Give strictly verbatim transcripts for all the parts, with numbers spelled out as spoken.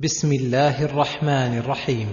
بسم الله الرحمن الرحيم.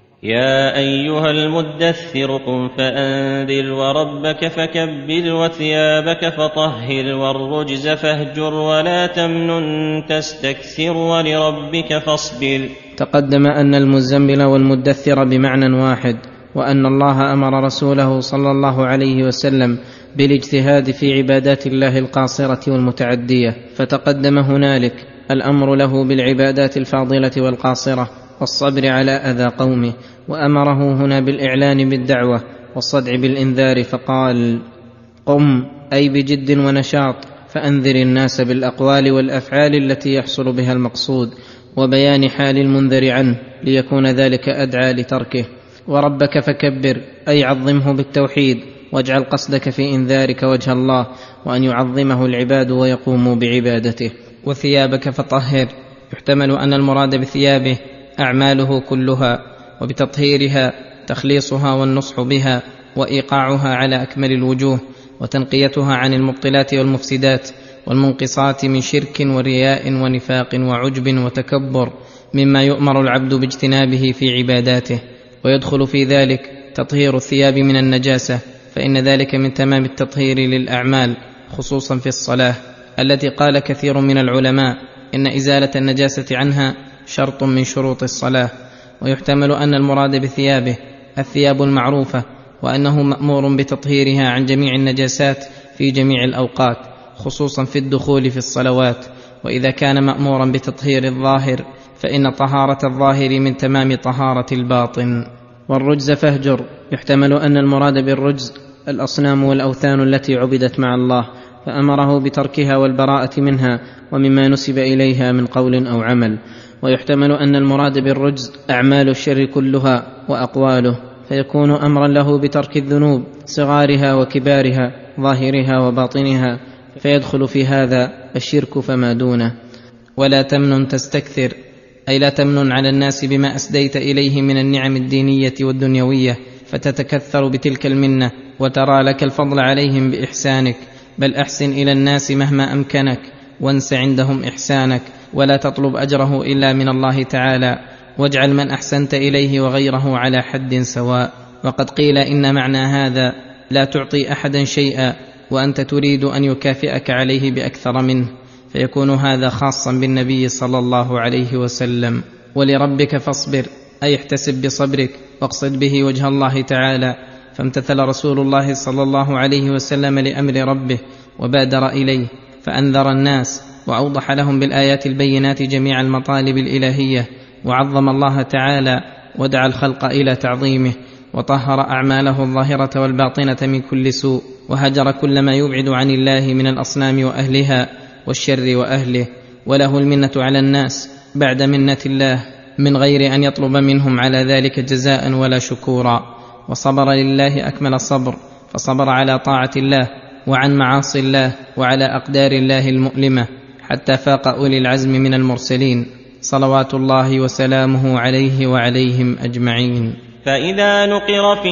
يا أيها المدثر قم فأنذر وربك فكبر وثيابك فطهر والرجز فاهجر ولا تمنن تستكثر ولربك فاصبر. تقدم أن المزمل والمدثر بمعنى واحد، وأن الله أمر رسوله صلى الله عليه وسلم بالاجتهاد في عبادات الله القاصرة والمتعدية، فتقدم هنالك الأمر له بالعبادات الفاضلة والقاصرة والصبر على أذى قومه، وأمره هنا بالإعلان بالدعوة والصدع بالإنذار، فقال: قم، أي بجد ونشاط، فأنذر الناس بالأقوال والأفعال التي يحصل بها المقصود، وبيان حال المنذر عنه ليكون ذلك أدعى لتركه. وربك فكبر، أي عظمه بالتوحيد، واجعل قصدك في إنذارك وجه الله، وأن يعظمه العباد ويقوموا بعبادته. وثيابك فطهر، يحتمل أن المراد بثيابه أعماله كلها، وبتطهيرها تخليصها والنصح بها وإيقاعها على أكمل الوجوه، وتنقيتها عن المبطلات والمفسدات والمنقصات من شرك ورياء ونفاق وعجب وتكبر، مما يؤمر العبد باجتنابه في عباداته. ويدخل في ذلك تطهير الثياب من النجاسة، فإن ذلك من تمام التطهير للأعمال، خصوصا في الصلاة التي قال كثير من العلماء إن إزالة النجاسة عنها شرط من شروط الصلاة. ويحتمل أن المراد بثيابه الثياب المعروفة، وأنه مأمور بتطهيرها عن جميع النجاسات في جميع الأوقات، خصوصا في الدخول في الصلوات. وإذا كان مأمورا بتطهير الظاهر فإن طهارة الظاهر من تمام طهارة الباطن. والرجز فاهجر، يحتمل أن المراد بالرجز الأصنام والأوثان التي عبدت مع الله، فأمره بتركها والبراءة منها ومما نسب إليها من قول أو عمل. ويحتمل أن المراد بالرجز أعمال الشر كلها وأقواله، فيكون أمرا له بترك الذنوب صغارها وكبارها، ظاهرها وباطنها، فيدخل في هذا الشرك فما دونه. ولا تمنن تستكثر، أي لا تمنن على الناس بما أسديت إليه من النعم الدينية والدنيوية فتتكثر بتلك المنة وترى لك الفضل عليهم بإحسانك، بل أحسن إلى الناس مهما أمكنك، وانس عندهم إحسانك، ولا تطلب أجره إلا من الله تعالى، واجعل من أحسنت إليه وغيره على حد سواء. وقد قيل إن معنى هذا لا تعطي أحدا شيئا وأنت تريد أن يكافئك عليه بأكثر منه، فيكون هذا خاصا بالنبي صلى الله عليه وسلم. ولربك فاصبر، أي احتسب بصبرك واقصد به وجه الله تعالى. فامتثل رسول الله صلى الله عليه وسلم لأمر ربه وبادر إليه، فأنذر الناس وأوضح لهم بالآيات البينات جميع المطالب الإلهية، وعظم الله تعالى ودعا الخلق إلى تعظيمه، وطهر أعماله الظاهرة والباطنة من كل سوء، وهجر كل ما يبعد عن الله من الأصنام وأهلها والشر وأهله. وله المنة على الناس بعد منة الله من غير أن يطلب منهم على ذلك جزاء ولا شكورا. وصبر لله أكمل الصبر، فصبر على طاعة الله وعن معاصي الله وعلى أقدار الله المؤلمة، حتى فاق أولي العزم من المرسلين صلوات الله وسلامه عليه وعليهم أجمعين. فإذا نقر في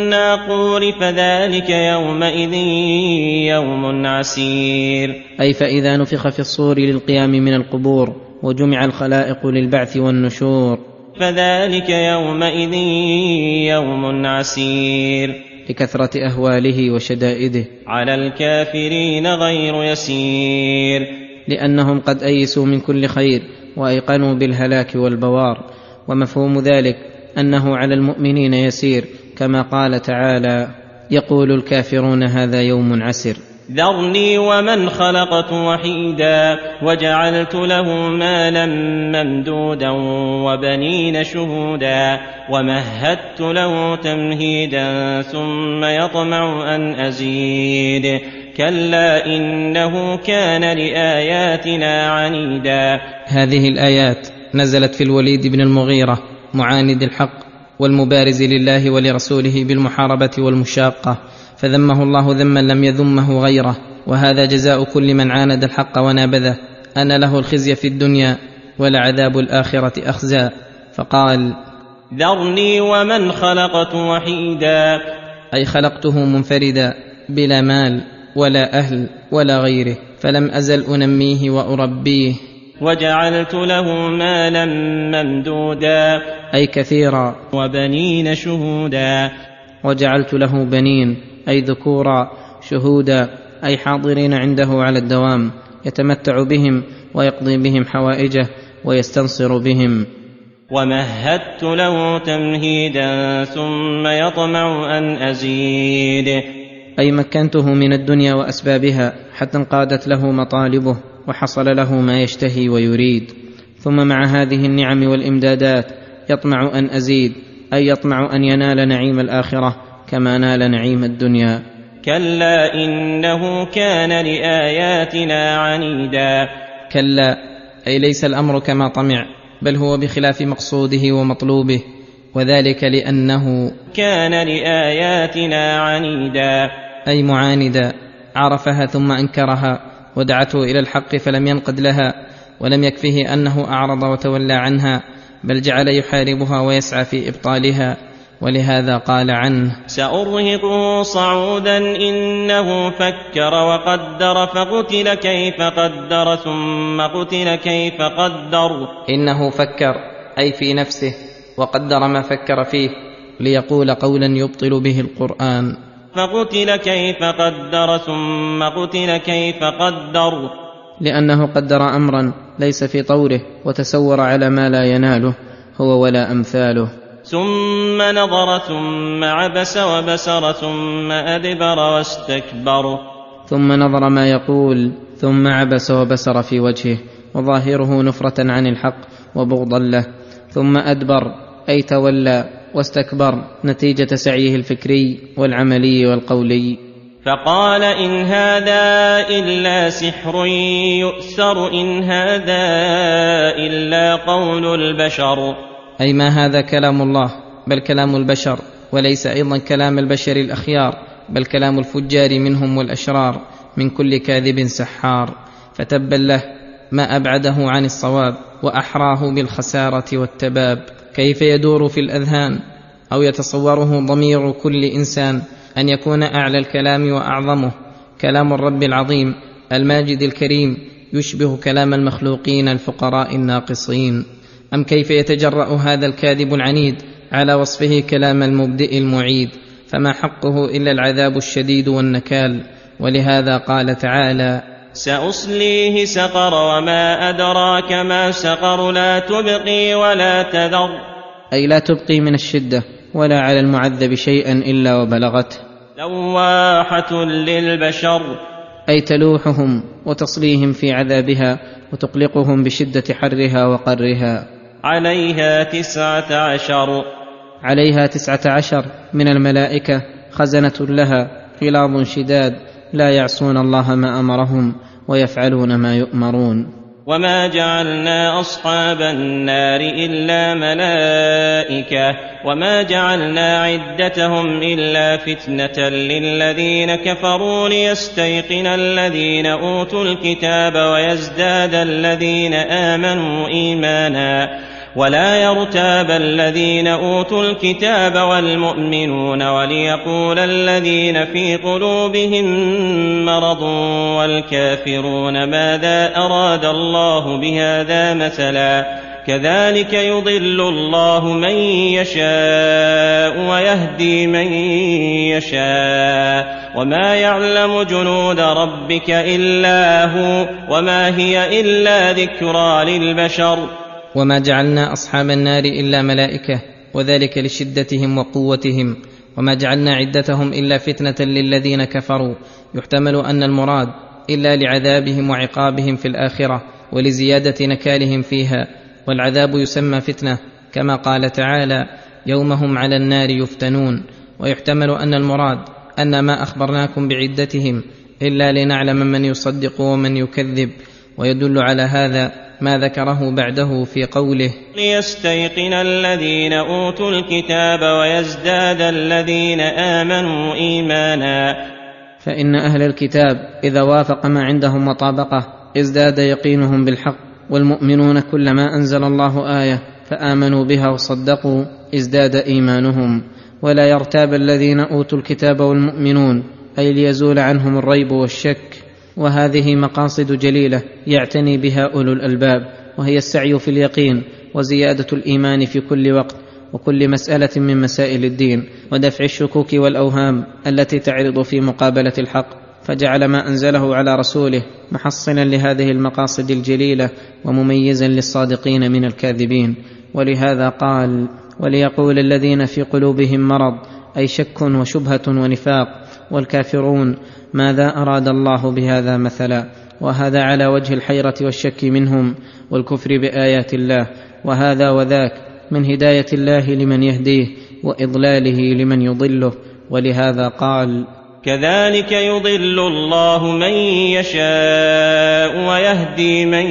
الناقور فذلك يومئذ يوم عسير، أي فإذا نفخ في الصور للقيام من القبور وجمع الخلائق للبعث والنشور، فذلك يومئذ يوم عسير، لكثرة أهواله وشدائده، على الكافرين غير يسير، لأنهم قد أيسوا من كل خير وأيقنوا بالهلاك والبوار. ومفهوم ذلك أنه على المؤمنين يسير، كما قال تعالى: يقول الكافرون هذا يوم عسر. ذرني ومن خلقت وحيدا وجعلت له مالا ممدودا وبنين شهودا ومهدت له تمهيدا ثم يطمع أن أزيد كلا إنه كان لآياتنا عنيدا. هذه الآيات نزلت في الوليد بن المغيرة معاند الحق والمبارز لله ولرسوله بالمحاربة والمشاقة، فذمه الله ذما لم يذمه غيره، وهذا جزاء كل من عاند الحق ونابذه، أن له الخزي في الدنيا ولعذاب الآخرة أخزى. فقال: ذرني ومن خلقت وحيدا، أي خلقته منفردا بلا مال ولا أهل ولا غيره، فلم أزل أنميه وأربيه وجعلت له مالا ممدودا أي كثيرا، وبنين شهودا. وجعلت له بنين أي ذكورا، شهودا أي حاضرين عنده على الدوام، يتمتع بهم ويقضي بهم حوائجه ويستنصر بهم. ومهدت له تمهيدا ثم يطمع أن أزيد، أي مكنته من الدنيا وأسبابها حتى انقادت له مطالبه وحصل له ما يشتهي ويريد. ثم مع هذه النعم والإمدادات يطمع أن أزيد، أي يطمع أن ينال نعيم الآخرة كما نال نعيم الدنيا. كلا إنه كان لآياتنا عنيدا. كلا أي ليس الأمر كما طمع، بل هو بخلاف مقصوده ومطلوبه، وذلك لأنه كان لآياتنا عنيدا أي معاندا، عرفها ثم أنكرها ودعته إلى الحق فلم ينقد لها، ولم يكفه أنه أعرض وتولى عنها، بل جعل يحاربها ويسعى في إبطالها، ولهذا قال عنه سأرهقه صعودا إنه فكر وقدر فقتل كيف قدر ثم قتل كيف قدر. إنه فكر أي في نفسه، وقدر ما فكر فيه ليقول قولا يبطل به القرآن. فقتل كيف قدر ثم قتل كيف قدر، لأنه قدر أمرا ليس في طوره وتسور على ما لا يناله هو ولا أمثاله. ثم نظر ثم عبس وبسر ثم أدبر واستكبر. ثم نظر ما يقول ثم عبس وبسر في وجهه، وظاهره نفرة عن الحق وبغضا له. ثم أدبر أي تولى واستكبر نتيجة سعيه الفكري والعملي والقولي. فقال إن هذا إلا سحر يؤثر إن هذا إلا قول البشر، أي ما هذا كلام الله بل كلام البشر، وليس أيضا كلام البشر الأخيار بل كلام الفجار منهم والأشرار، من كل كاذب سحار. فتبا له ما أبعده عن الصواب وأحراه بالخسارة والتباب. كيف يدور في الأذهان أو يتصوره ضمير كل إنسان أن يكون أعلى الكلام وأعظمه كلام الرب العظيم الماجد الكريم يشبه كلام المخلوقين الفقراء الناقصين؟ أم كيف يتجرأ هذا الكاذب العنيد على وصفه كلام المبدئ المعيد؟ فما حقه إلا العذاب الشديد والنكال. ولهذا قال تعالى سأصليه سقر وما أدراك ما سقر لا تبقي ولا تذر، أي لا تبقي من الشدة ولا على المعذب شيئا إلا وبلغته. لواحة للبشر، أي تلوحهم وتصليهم في عذابها وتقلقهم بشدة حرها وقرها. عليها تسعة عشر، عليها تسعة عشر من الملائكة خزنة لها غلاظ شداد لا يعصون الله ما أمرهم ويفعلون ما يؤمرون. وما جعلنا أصحاب النار إلا ملائكة وما جعلنا عدتهم إلا فتنة للذين كفروا ليستيقن الذين أوتوا الكتاب ويزداد الذين آمنوا إيمانا ولا يرتاب الذين أوتوا الكتاب والمؤمنون وليقول الذين في قلوبهم مرض والكافرون ماذا أراد الله بهذا مثلا كذلك يضل الله من يشاء ويهدي من يشاء وما يعلم جنود ربك إلا هو وما هي إلا ذكرى للبشر. وما جعلنا أصحاب النار إلا ملائكة وذلك لشدتهم وقوتهم، وما جعلنا عدتهم إلا فتنة للذين كفروا، يحتمل أن المراد إلا لعذابهم وعقابهم في الآخرة ولزيادة نكالهم فيها، والعذاب يسمى فتنة كما قال تعالى يوم هم على النار يفتنون. ويحتمل أن المراد أن ما أخبرناكم بعدتهم إلا لنعلم من يصدق ومن يكذب، ويدل على هذا ما ذكره بعده في قوله ليستيقن الذين أوتوا الكتاب ويزداد الذين آمنوا إيمانا، فإن أهل الكتاب إذا وافق ما عندهم وطابقه ازداد يقينهم بالحق، والمؤمنون كلما أنزل الله آية فآمنوا بها وصدقوا ازداد إيمانهم. ولا يرتاب الذين أوتوا الكتاب والمؤمنون، أي ليزول عنهم الريب والشك، وهذه مقاصد جليله يعتني بها اولو الالباب، وهي السعي في اليقين وزياده الايمان في كل وقت وكل مساله من مسائل الدين، ودفع الشكوك والاوهام التي تعرض في مقابله الحق، فجعل ما انزله على رسوله محصلا لهذه المقاصد الجليله ومميزا للصادقين من الكاذبين. ولهذا قال: وليقول الذين في قلوبهم مرض، اي شك وشبهه ونفاق، والكافرون ماذا اراد الله بهذا مثلا. وهذا على وجه الحيره والشك منهم والكفر بايات الله، وهذا وذاك من هدايه الله لمن يهديه واضلاله لمن يضله. ولهذا قال: كذلك يضل الله من يشاء ويهدي من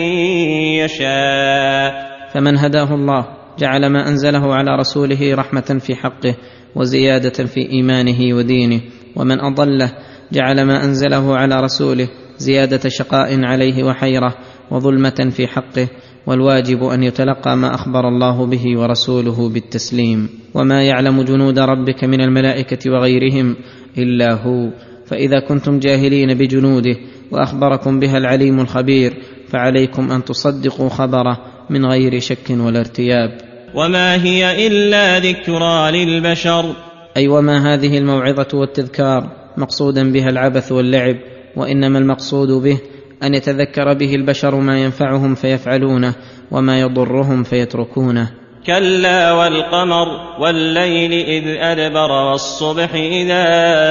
يشاء. فمن هداه الله جعل ما انزله على رسوله رحمه في حقه وزياده في ايمانه ودينه، ومن اضله جعل ما انزله على رسوله زياده شقاء عليه وحيره وظلمه في حقه. والواجب ان يتلقى ما اخبر الله به ورسوله بالتسليم. وما يعلم جنود ربك من الملائكه وغيرهم الا هو، فاذا كنتم جاهلين بجنوده واخبركم بها العليم الخبير فعليكم ان تصدقوا خبره من غير شك ولا ارتياب. وما هي الا ذكرى للبشر، اي وما هذه الموعظه والتذكار مقصودا بها العبث واللعب، وانما المقصود به ان يتذكر به البشر ما ينفعهم فيفعلونه وما يضرهم فيتركونه. كلا والقمر والليل إذ أدبر والصبح إذا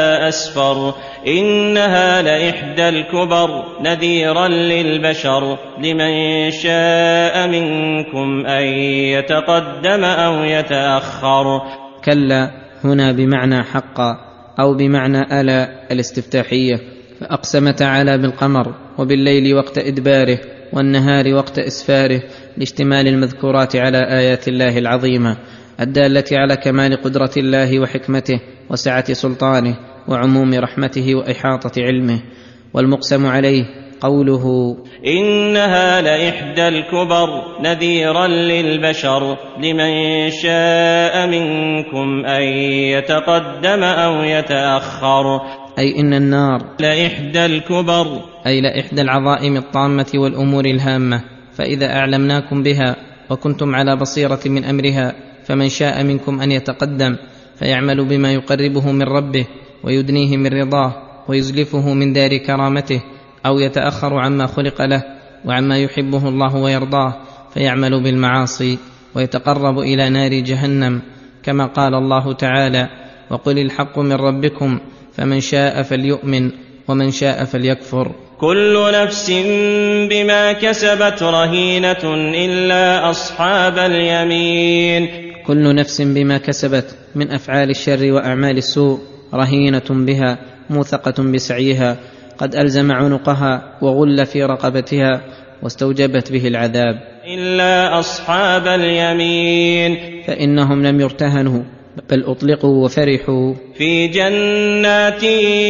أسفر إنها لإحدى الكبر نذيرا للبشر لمن شاء منكم أن يتقدم أو يتأخر. كلا هنا بمعنى حقا أو بمعنى ألا الاستفتاحية، فأقسم تعالى بالقمر وبالليل وقت إدباره والنهار وقت إسفاره لاشتمال المذكورات على آيات الله العظيمة الدالة على كمال قدرة الله وحكمته وسعة سلطانه وعموم رحمته وإحاطة علمه. والمقسم عليه قوله: إنها لإحدى الكبر نذيرا للبشر لمن شاء منكم أن يتقدم أو يتأخر، أي إن النار لإحدى الكبر، أي لإحدى العظائم الطامة والأمور الهامة، فإذا أعلمناكم بها وكنتم على بصيرة من أمرها فمن شاء منكم أن يتقدم فيعمل بما يقربه من ربه ويدنيه من رضاه ويزلفه من دار كرامته، أو يتأخر عما خلق له وعما يحبه الله ويرضاه فيعمل بالمعاصي ويتقرب إلى نار جهنم، كما قال الله تعالى: وقل الحق من ربكم فمن شاء فليؤمن ومن شاء فليكفر. كل نفس بما كسبت رهينة إلا أصحاب اليمين. كل نفس بما كسبت من أفعال الشر وأعمال السوء رهينة بها موثقة بسعيها، قد ألزم عنقها وغل في رقبتها واستوجبت به العذاب. إلا أصحاب اليمين فإنهم لم يرتهنوا بل أطلقوا وفرحوا. في جنات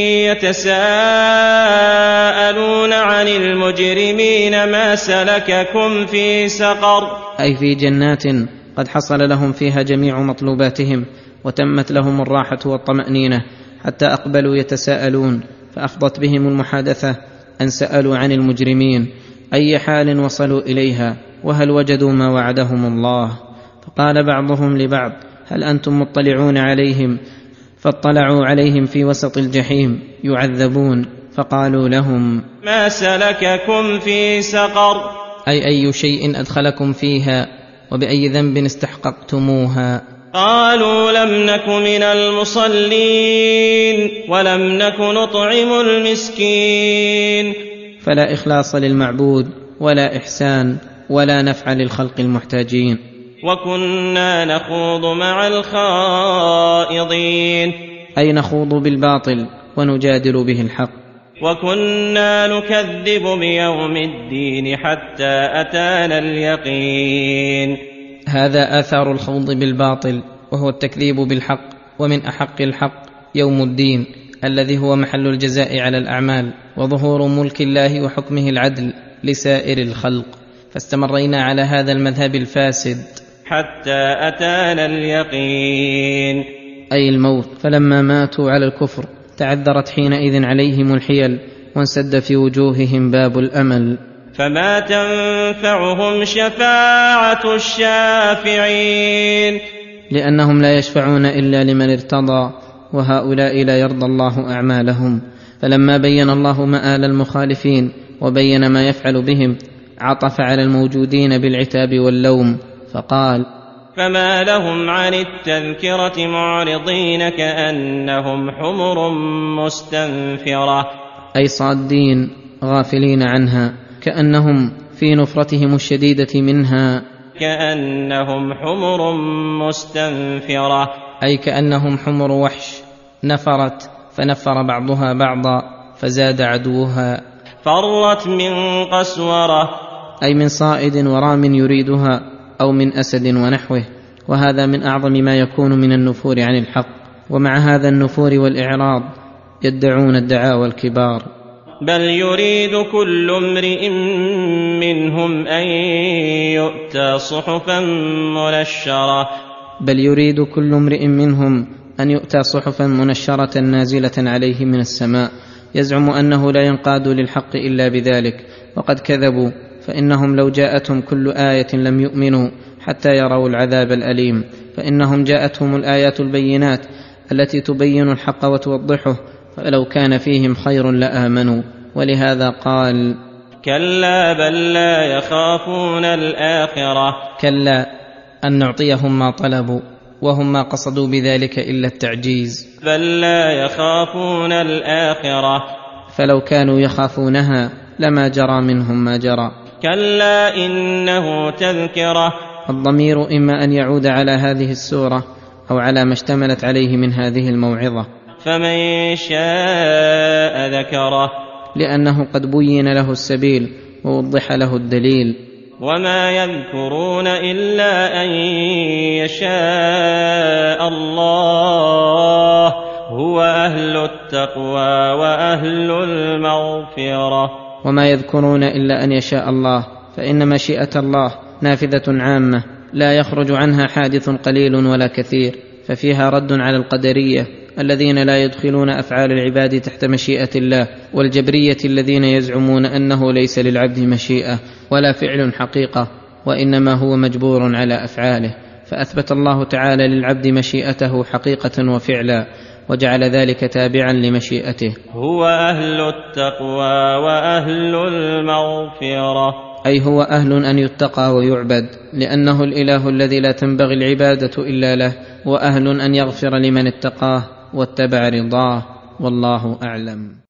يتساءلون عن المجرمين ما سلككم في سقر، أي في جنات قد حصل لهم فيها جميع مطلوباتهم وتمت لهم الراحة والطمأنينة حتى أقبلوا يتساءلون، فأفضت بهم المحادثة أن سألوا عن المجرمين أي حال وصلوا إليها وهل وجدوا ما وعدهم الله. فقال بعضهم لبعض: هل أنتم مطلعون عليهم؟ فاطلعوا عليهم في وسط الجحيم يعذبون، فقالوا لهم: ما سلككم في سقر، أي أي شيء أدخلكم فيها وبأي ذنب استحققتموها. قالوا: لم نك من المصلين ولم نك نطعم المسكين. فلا إخلاص للمعبود ولا إحسان ولا نفع للخلق المحتاجين. وكنا نخوض مع الخائضين، أي نخوض بالباطل ونجادل به الحق. وكنا نكذب بيوم الدين حتى أتانا اليقين. هذا آثار الخوض بالباطل وهو التكذيب بالحق، ومن أحق الحق يوم الدين الذي هو محل الجزاء على الأعمال وظهور ملك الله وحكمه العدل لسائر الخلق. فاستمرينا على هذا المذهب الفاسد حتى أتانا اليقين، أي الموت. فلما ماتوا على الكفر تعذرت حينئذ عليهم الحيل وانسد في وجوههم باب الأمل. فما تنفعهم شفاعة الشافعين، لأنهم لا يشفعون إلا لمن ارتضى، وهؤلاء لا يرضى الله أعمالهم. فلما بين الله مآل المخالفين وبين ما يفعل بهم عطف على الموجودين بالعتاب واللوم فقال: فما لهم عن التذكرة معرضين كأنهم حمر مستنفرة، أي صادين غافلين عنها، كأنهم في نفرتهم الشديدة منها. كأنهم حمر مستنفرة، أي كأنهم حمر وحش نفرت فنفر بعضها بعضا فزاد عدوها. فرت من قسورة، أي من صائد ورام يريدها، أو من أسد ونحوه. وهذا من أعظم ما يكون من النفور عن الحق، ومع هذا النفور والإعراض يدعون الدعاوى الكبار. بل يريد كل امرئ منهم أن يؤتى صحفا منشرة، بل يريد كل امرئ منهم أن يؤتى صحفا منشرة نازلة عليه من السماء، يزعم أنه لا ينقاد للحق إلا بذلك، وقد كذبوا، فإنهم لو جاءتهم كل آية لم يؤمنوا حتى يروا العذاب الأليم، فإنهم جاءتهم الآيات البينات التي تبين الحق وتوضحه، فلو كان فيهم خير لآمنوا. ولهذا قال: كلا بل لا يخافون الآخرة، كلا أن نعطيهم ما طلبوا، وهم ما قصدوا بذلك إلا التعجيز. بل لا يخافون الآخرة، فلو كانوا يخافونها لما جرى منهم ما جرى. كلا إنه تذكرة، الضمير إما أن يعود على هذه السورة أو على ما اشتملت عليه من هذه الموعظة. فمن شاء ذكره، لأنه قد بين له السبيل ووضح له الدليل. وما يذكرون إلا أن يشاء الله، هو أهل التقوى وأهل المغفرة. وما يذكرون إلا أن يشاء الله، فإن مشيئة الله نافذة عامة لا يخرج عنها حادث قليل ولا كثير، ففيها رد على القدرية الذين لا يدخلون أفعال العباد تحت مشيئة الله، والجبرية الذين يزعمون أنه ليس للعبد مشيئة ولا فعل حقيقة، وإنما هو مجبور على أفعاله. فأثبت الله تعالى للعبد مشيئته حقيقة وفعلا، وجعل ذلك تابعا لمشيئته. هو أهل التقوى وأهل المغفرة، أي هو أهل أن يتقى ويعبد، لأنه الإله الذي لا تنبغي العبادة إلا له، وأهل أن يغفر لمن اتقاه واتبع رضاه. والله أعلم.